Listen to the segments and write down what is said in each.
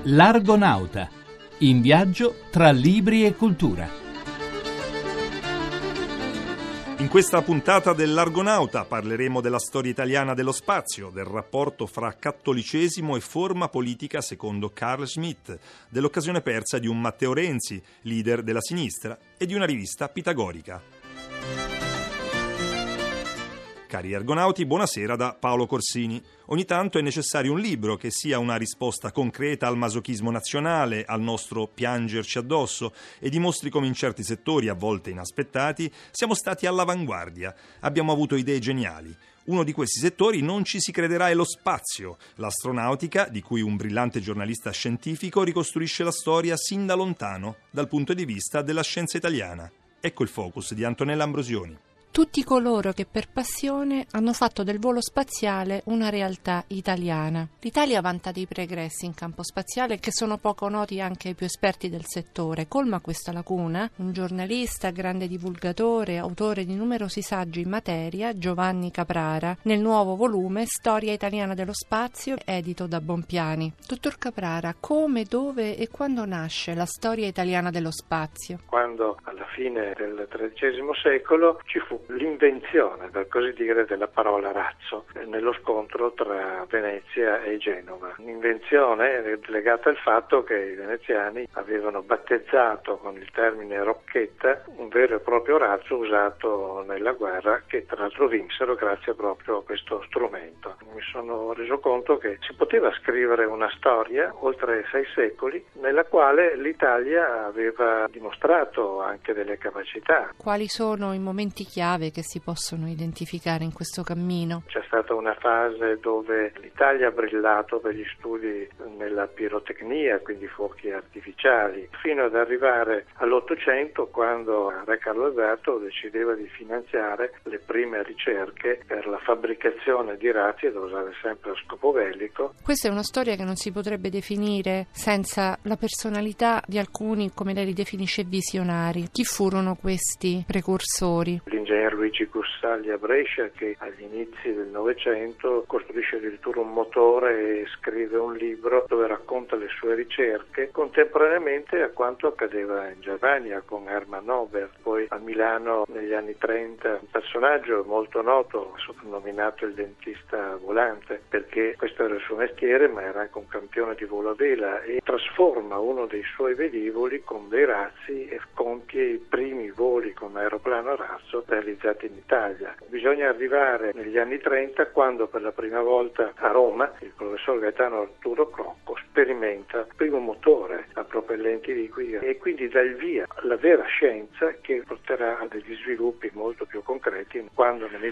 L'Argonauta, in viaggio tra libri e cultura. In questa puntata dell'Argonauta parleremo della storia italiana dello spazio, del rapporto fra cattolicesimo e forma politica secondo Carl Schmitt, dell'occasione persa di un Matteo Renzi, leader della sinistra, e di una rivista pitagorica. Cari argonauti, buonasera da Paolo Corsini. Ogni tanto è necessario un libro che sia una risposta concreta al masochismo nazionale, al nostro piangerci addosso, e dimostri come in certi settori, a volte inaspettati, siamo stati all'avanguardia. Abbiamo avuto idee geniali. Uno di questi settori, non ci si crederà, è lo spazio, l'astronautica, di cui un brillante giornalista scientifico ricostruisce la storia sin da lontano, dal punto di vista della scienza italiana. Ecco il focus di Antonella Ambrosioni. Tutti coloro che per passione hanno fatto del volo spaziale una realtà italiana. L'Italia vanta dei progressi in campo spaziale che sono poco noti anche ai più esperti del settore. Colma questa lacuna un giornalista, grande divulgatore, autore di numerosi saggi in materia, Giovanni Caprara, nel nuovo volume Storia italiana dello spazio, edito da Bompiani. Dottor Caprara, come, dove e quando nasce la storia italiana dello spazio? Quando alla fine del XIII secolo ci fu l'invenzione, per così dire, della parola razzo nello scontro tra Venezia e Genova. Un'invenzione legata al fatto che i veneziani avevano battezzato con il termine rocchetta un vero e proprio razzo usato nella guerra, che tra l'altro vinsero grazie proprio a questo strumento. Mi sono reso conto che si poteva scrivere una storia oltre 6 secoli nella quale l'Italia aveva dimostrato anche delle capacità. Quali sono i momenti chiave che si possono identificare in questo cammino? C'è stata una fase dove l'Italia ha brillato per gli studi nella pirotecnia, quindi fuochi artificiali, fino ad arrivare all'Ottocento, quando Re Carlo Alberto decideva di finanziare le prime ricerche per la fabbricazione di razzi da usare sempre a scopo bellico. Questa è una storia che non si potrebbe definire senza la personalità di alcuni, come lei li definisce, visionari. Chi furono questi precursori? L'ingegner Luigi Gursagli a Brescia, che agli inizi del Novecento costruisce addirittura un motore e scrive un libro dove racconta le sue ricerche, contemporaneamente a quanto accadeva in Germania con Hermann Ober. Poi a Milano negli anni 30 un personaggio molto noto, soprannominato il dentista volante, perché questo era il suo mestiere, ma era anche un campione di volo a vela, e trasforma uno dei suoi velivoli con dei razzi e compie i primi voli con aeroplano a razzo realizzati in Italia. Bisogna arrivare negli anni 30, quando per la prima volta a Roma il professor Gaetano Arturo Crocco sperimenta il primo motore a propellenti liquidi e quindi dà il via alla vera scienza, che porterà a degli sviluppi molto più concreti, quando nel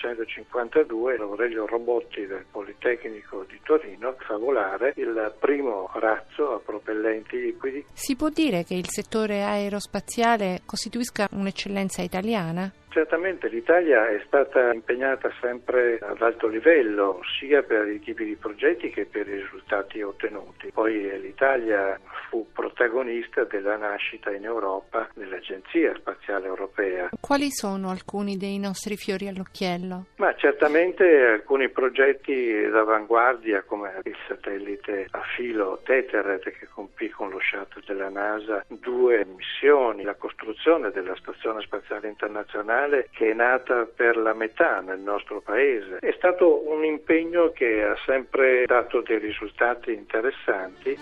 1952 Aurelio Robotti del Politecnico di Torino fa volare il primo razzo a propellenti liquidi. Si può dire che il settore aerospaziale costituisca un'eccellenza italiana? Certamente l'Italia è stata impegnata sempre ad alto livello, sia per i tipi di progetti che per i risultati ottenuti. Poi l'Italia fu protagonista della nascita in Europa dell'Agenzia Spaziale Europea. Quali sono alcuni dei nostri fiori all'occhiello? Ma certamente alcuni progetti d'avanguardia, come il satellite a filo Tetheret, che compì con lo shuttle della NASA 2 missioni, la costruzione della Stazione Spaziale Internazionale, che è nata per la metà nel nostro paese. È stato un impegno che ha sempre dato dei risultati interessanti.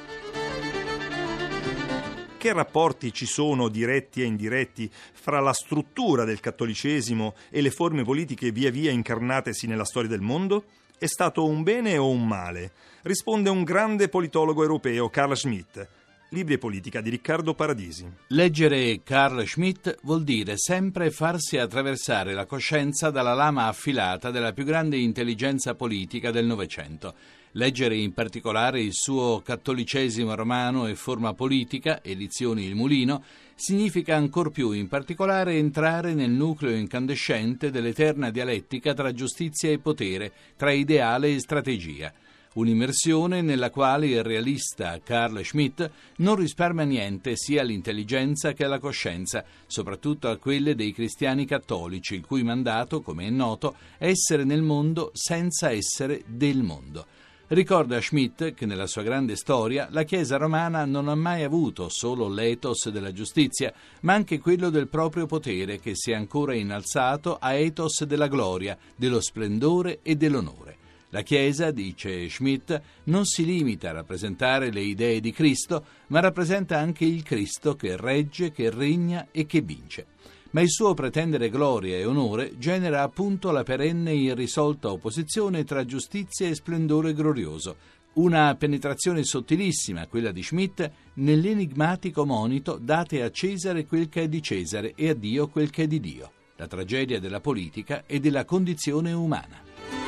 Che rapporti ci sono, diretti e indiretti, fra la struttura del cattolicesimo e le forme politiche via via incarnatesi nella storia del mondo? È stato un bene o un male? Risponde un grande politologo europeo, Carl Schmitt. Libri e politica di Riccardo Paradisi. Leggere Carl Schmitt vuol dire sempre farsi attraversare la coscienza dalla lama affilata della più grande intelligenza politica del Novecento. Leggere in particolare il suo Cattolicesimo romano e forma politica, edizioni Il Mulino, significa ancor più in particolare entrare nel nucleo incandescente dell'eterna dialettica tra giustizia e potere, tra ideale e strategia. Un'immersione nella quale il realista Carl Schmitt non risparmia niente sia all'intelligenza che alla coscienza, soprattutto a quelle dei cristiani cattolici, il cui mandato, come è noto, è essere nel mondo senza essere del mondo. Ricorda Schmitt che nella sua grande storia la Chiesa romana non ha mai avuto solo l'ethos della giustizia, ma anche quello del proprio potere, che si è ancora innalzato a ethos della gloria, dello splendore e dell'onore. La Chiesa, dice Schmitt, non si limita a rappresentare le idee di Cristo, ma rappresenta anche il Cristo che regge, che regna e che vince. Ma il suo pretendere gloria e onore genera appunto la perenne e irrisolta opposizione tra giustizia e splendore glorioso, una penetrazione sottilissima, quella di Schmitt, nell'enigmatico monito «date a Cesare quel che è di Cesare e a Dio quel che è di Dio», la tragedia della politica e della condizione umana.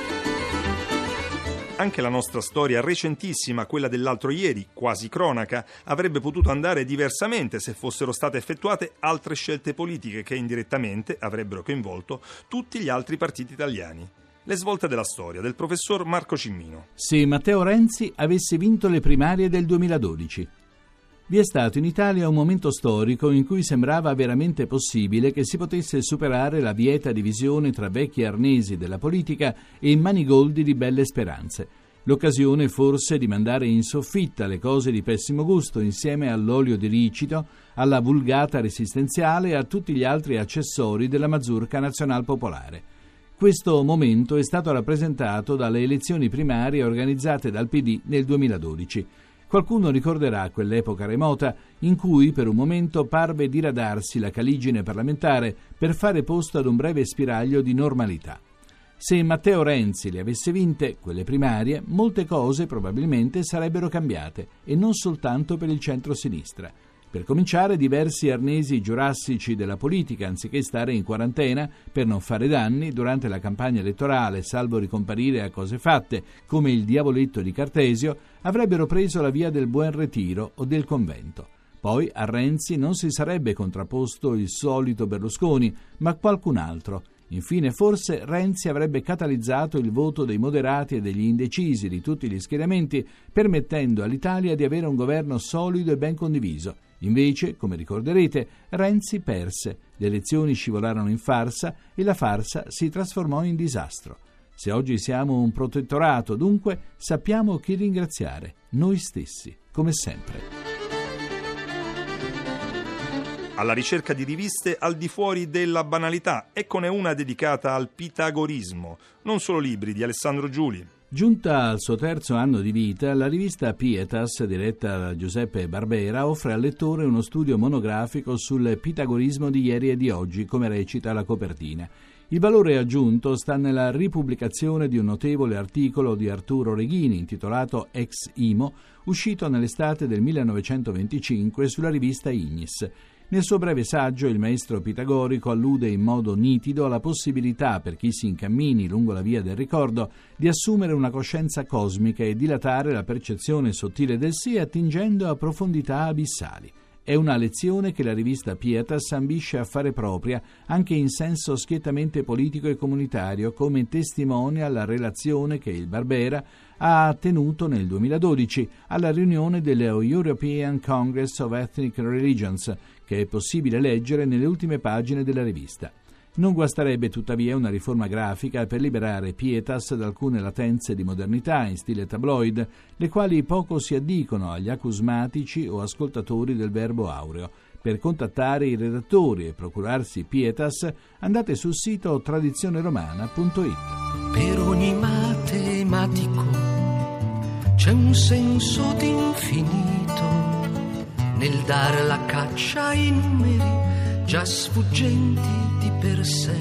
Anche la nostra storia recentissima, quella dell'altro ieri, quasi cronaca, avrebbe potuto andare diversamente se fossero state effettuate altre scelte politiche che indirettamente avrebbero coinvolto tutti gli altri partiti italiani. Le svolte della storia, del professor Marco Cimmino. Se Matteo Renzi avesse vinto le primarie del 2012. Vi è stato in Italia un momento storico in cui sembrava veramente possibile che si potesse superare la vieta divisione tra vecchi arnesi della politica e manigoldi di belle speranze. L'occasione forse di mandare in soffitta le cose di pessimo gusto insieme all'olio di ricino, alla vulgata resistenziale e a tutti gli altri accessori della mazurka nazional-popolare. Questo momento è stato rappresentato dalle elezioni primarie organizzate dal PD nel 2012. Qualcuno ricorderà quell'epoca remota in cui per un momento parve diradarsi la caligine parlamentare per fare posto ad un breve spiraglio di normalità. Se Matteo Renzi le avesse vinte, quelle primarie, molte cose probabilmente sarebbero cambiate, e non soltanto per il centro-sinistra. Per cominciare, diversi arnesi giurassici della politica, anziché stare in quarantena per non fare danni durante la campagna elettorale, salvo ricomparire a cose fatte, come il diavoletto di Cartesio, avrebbero preso la via del Buon Retiro o del convento. Poi a Renzi non si sarebbe contrapposto il solito Berlusconi, ma qualcun altro. Infine, forse Renzi avrebbe catalizzato il voto dei moderati e degli indecisi di tutti gli schieramenti, permettendo all'Italia di avere un governo solido e ben condiviso. Invece, come ricorderete, Renzi perse, le elezioni scivolarono in farsa e la farsa si trasformò in disastro. Se oggi siamo un protettorato, dunque, sappiamo chi ringraziare, noi stessi, come sempre. Alla ricerca di riviste al di fuori della banalità, eccone una dedicata al pitagorismo, non solo libri, di Alessandro Giuli. Giunta al suo terzo anno di vita, la rivista Pietas, diretta da Giuseppe Barbera, offre al lettore uno studio monografico sul pitagorismo di ieri e di oggi, come recita la copertina. Il valore aggiunto sta nella ripubblicazione di un notevole articolo di Arturo Reghini, intitolato Ex Imo, uscito nell'estate del 1925 sulla rivista Ignis. Nel suo breve saggio il maestro pitagorico allude in modo nitido alla possibilità per chi si incammini lungo la via del ricordo di assumere una coscienza cosmica e dilatare la percezione sottile del sé attingendo a profondità abissali. È una lezione che la rivista Pietas ambisce a fare propria anche in senso schiettamente politico e comunitario, come testimonia la relazione che il Barbera ha tenuto nel 2012 alla riunione dello European Congress of Ethnic Religions, che è possibile leggere nelle ultime pagine della rivista. Non guasterebbe tuttavia una riforma grafica per liberare Pietas da alcune latenze di modernità in stile tabloid, le quali poco si addicono agli acusmatici o ascoltatori del verbo aureo. Per contattare i redattori e procurarsi Pietas, andate sul sito tradizioneromana.it. Per ogni matematico c'è un senso d'infinito nel dare la caccia ai numeri già sfuggenti di per sé.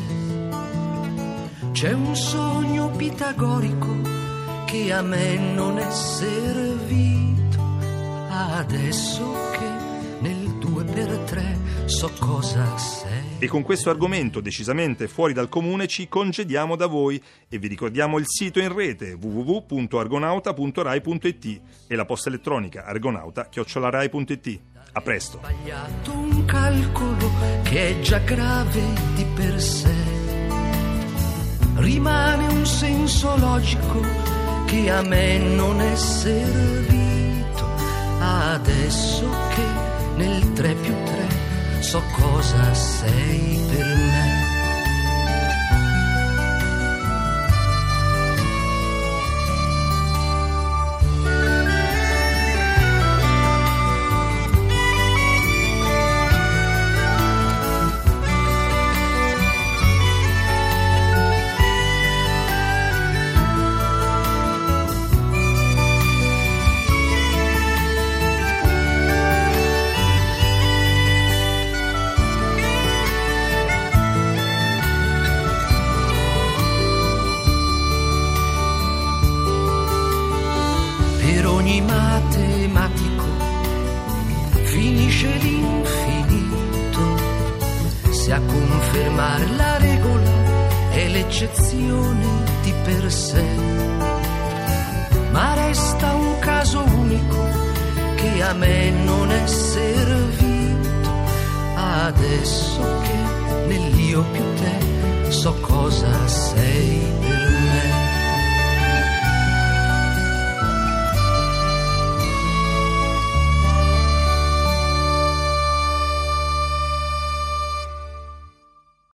C'è un sogno pitagorico che a me non è servito, adesso che nel 2x3 so cosa sei. E con questo argomento decisamente fuori dal comune ci congediamo da voi e vi ricordiamo il sito in rete www.argonauta.rai.it e la posta elettronica argonauta@rai.it. A presto. Sbagliato un calcolo che è già grave di per sé. Rimane un senso logico che a me non è servito, adesso che nel 3+3 so cosa sei per me. ogni matematico finisce l'infinito, se a confermare la regola è l'eccezione di per sé. Ma resta un caso unico che a me non è servito, adesso che nell'io più te so cosa sei per me.